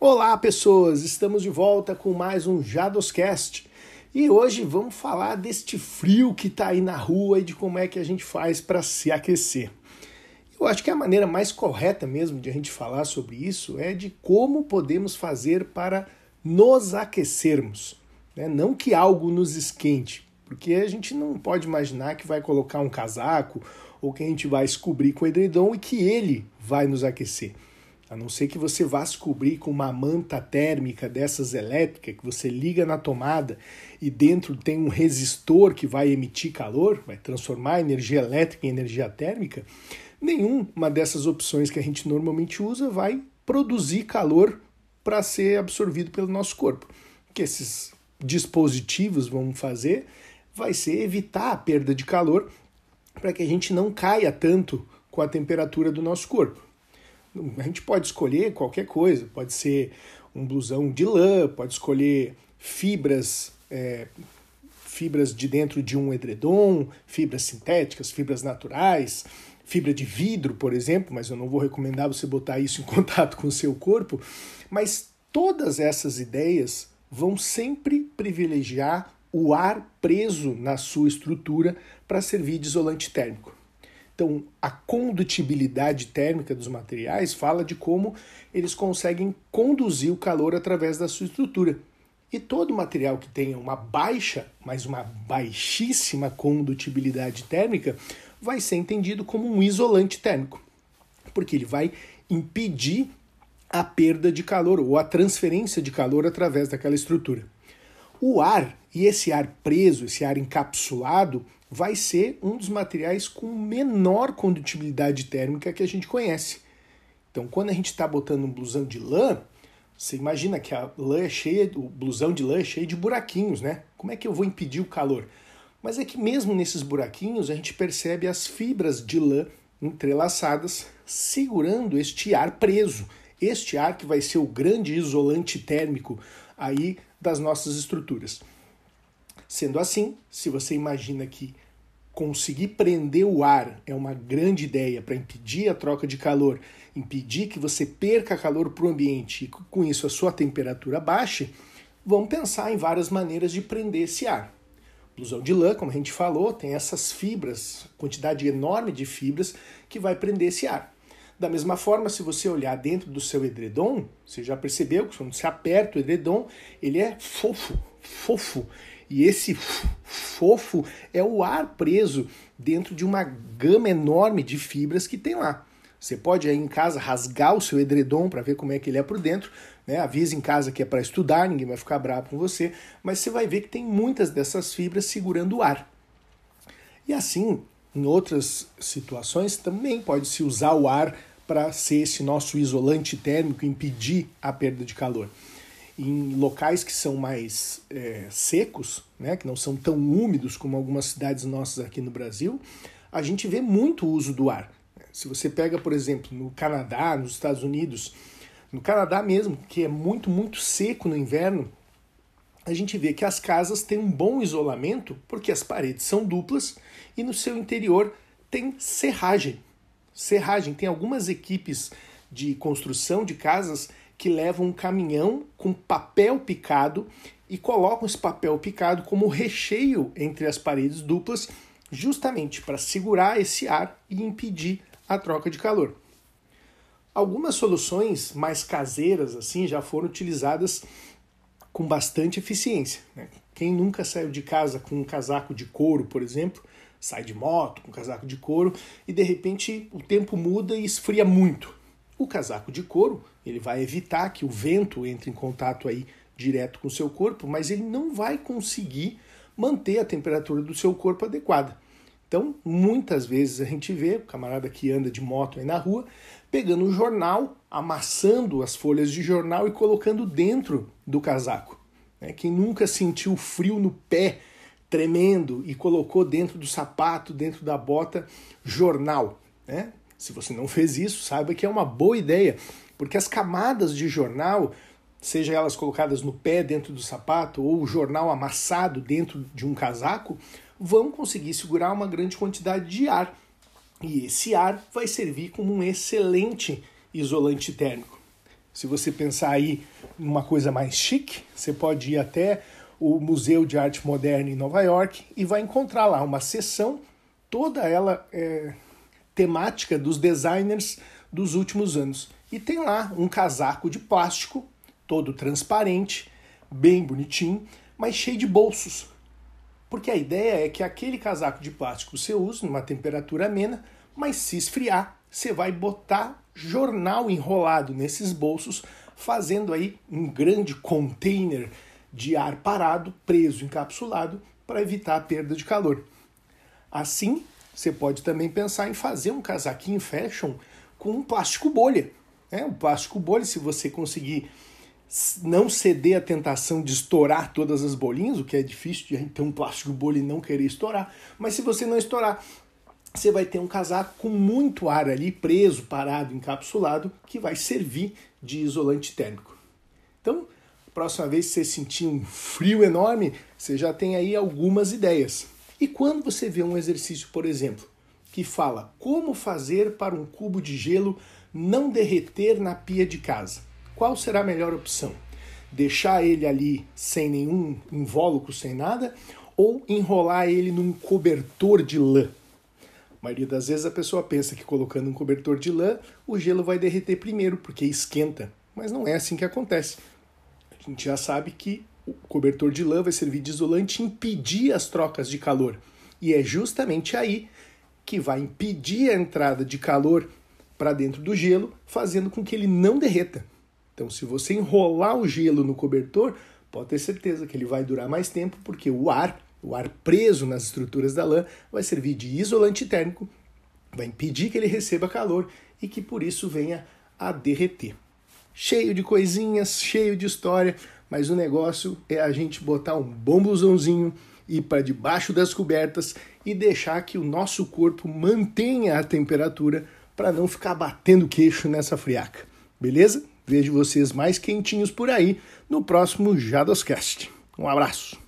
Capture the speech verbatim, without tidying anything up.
Olá, pessoas! Estamos de volta com mais um Jadoscast e hoje vamos falar deste frio que está aí na rua e de como é que a gente faz para se aquecer. Eu acho que a maneira mais correta mesmo de a gente falar sobre isso é de como podemos fazer para nos aquecermos, né? Não que algo nos esquente, porque a gente não pode imaginar que vai colocar um casaco ou que a gente vai se cobrir com edredom e que ele vai nos aquecer. A não ser que você vá se cobrir com uma manta térmica dessas elétricas que você liga na tomada e dentro tem um resistor que vai emitir calor, vai transformar a energia elétrica em energia térmica, nenhuma dessas opções que a gente normalmente usa vai produzir calor para ser absorvido pelo nosso corpo. O que esses dispositivos vão fazer vai ser evitar a perda de calor para que a gente não caia tanto com a temperatura do nosso corpo. A gente pode escolher qualquer coisa, pode ser um blusão de lã, pode escolher fibras, é, fibras de dentro de um edredom, fibras sintéticas, fibras naturais, fibra de vidro, por exemplo, mas eu não vou recomendar você botar isso em contato com o seu corpo. Mas todas essas ideias vão sempre privilegiar o ar preso na sua estrutura para servir de isolante térmico. Então, a condutibilidade térmica dos materiais fala de como eles conseguem conduzir o calor através da sua estrutura. E todo material que tenha uma baixa, mas uma baixíssima condutibilidade térmica, vai ser entendido como um isolante térmico, porque ele vai impedir a perda de calor ou a transferência de calor através daquela estrutura. O ar, e esse ar preso, esse ar encapsulado, vai ser um dos materiais com menor condutibilidade térmica que a gente conhece. Então, quando a gente está botando um blusão de lã, você imagina que a lã é cheia, o blusão de lã é cheio de buraquinhos, né? Como é que eu vou impedir o calor? Mas é que mesmo nesses buraquinhos a gente percebe as fibras de lã entrelaçadas, segurando este ar preso. Este ar que vai ser o grande isolante térmico aí das nossas estruturas. Sendo assim, se você imagina que conseguir prender o ar é uma grande ideia para impedir a troca de calor, impedir que você perca calor para o ambiente e com isso a sua temperatura baixe, vamos pensar em várias maneiras de prender esse ar. Blusão de lã, como a gente falou, tem essas fibras, quantidade enorme de fibras que vai prender esse ar. Da mesma forma, se você olhar dentro do seu edredom, você já percebeu que quando você aperta o edredom, ele é fofo, fofo. E esse fofo é o ar preso dentro de uma gama enorme de fibras que tem lá. Você pode aí em casa rasgar o seu edredom para ver como é que ele é por dentro, né? Avisa em casa que é para estudar, ninguém vai ficar bravo com você, mas você vai ver que tem muitas dessas fibras segurando o ar. E assim, em outras situações, também pode-se usar o ar para ser esse nosso isolante térmico, impedir a perda de calor. Em locais que são mais é, secos, né, que não são tão úmidos como algumas cidades nossas aqui no Brasil, a gente vê muito uso do ar. Se você pega, por exemplo, no Canadá, nos Estados Unidos, no Canadá mesmo, que é muito, muito seco no inverno, a gente vê que as casas têm um bom isolamento porque as paredes são duplas e no seu interior tem serragem. Serragem, tem algumas equipes de construção de casas que levam um caminhão com papel picado e colocam esse papel picado como recheio entre as paredes duplas, justamente para segurar esse ar e impedir a troca de calor. Algumas soluções mais caseiras assim já foram utilizadas com bastante eficiência, né? Quem nunca saiu de casa com um casaco de couro, por exemplo, sai de moto com um casaco de couro e de repente o tempo muda e esfria muito. O casaco de couro, ele vai evitar que o vento entre em contato aí direto com o seu corpo, mas ele não vai conseguir manter a temperatura do seu corpo adequada. Então, muitas vezes a gente vê o camarada que anda de moto aí na rua, pegando um jornal, amassando as folhas de jornal e colocando dentro do casaco. Quem nunca sentiu frio no pé, tremendo, e colocou dentro do sapato, dentro da bota, jornal, né? Se você não fez isso, saiba que é uma boa ideia, porque as camadas de jornal, seja elas colocadas no pé dentro do sapato ou o jornal amassado dentro de um casaco, vão conseguir segurar uma grande quantidade de ar. E esse ar vai servir como um excelente isolante térmico. Se você pensar aí numa coisa mais chique, você pode ir até o Museu de Arte Moderna em Nova York e vai encontrar lá uma seção, toda ela é, temática dos designers dos últimos anos. E tem lá um casaco de plástico, todo transparente, bem bonitinho, mas cheio de bolsos. Porque a ideia é que aquele casaco de plástico você use numa temperatura amena, mas se esfriar, você vai botar jornal enrolado nesses bolsos, fazendo aí um grande container de ar parado, preso, encapsulado, para evitar a perda de calor. Assim, você pode também pensar em fazer um casaquinho fashion com um plástico bolha. É, um plástico bolha, se você conseguir não ceder à tentação de estourar todas as bolinhas, o que é difícil de ter um plástico bolha e não querer estourar, mas se você não estourar, você vai ter um casaco com muito ar ali, preso, parado, encapsulado, que vai servir de isolante térmico. Então, próxima vez que você sentir um frio enorme, você já tem aí algumas ideias. E quando você vê um exercício, por exemplo, que fala como fazer para um cubo de gelo não derreter na pia de casa, qual será a melhor opção? Deixar ele ali sem nenhum invólucro, sem nada, ou enrolar ele num cobertor de lã? A maioria das vezes a pessoa pensa que colocando um cobertor de lã, o gelo vai derreter primeiro, porque esquenta. Mas não é assim que acontece. A gente já sabe que o cobertor de lã vai servir de isolante e impedir as trocas de calor. E é justamente aí que vai impedir a entrada de calor para dentro do gelo, fazendo com que ele não derreta. Então, se você enrolar o gelo no cobertor, pode ter certeza que ele vai durar mais tempo, porque o ar, o ar preso nas estruturas da lã, vai servir de isolante térmico, vai impedir que ele receba calor e que por isso venha a derreter. Cheio de coisinhas, cheio de história, mas o negócio é a gente botar um bom blusãozinho, ir para debaixo das cobertas e deixar que o nosso corpo mantenha a temperatura para não ficar batendo queixo nessa friaca. Beleza? Vejo vocês mais quentinhos por aí no próximo Jadoscast. Um abraço!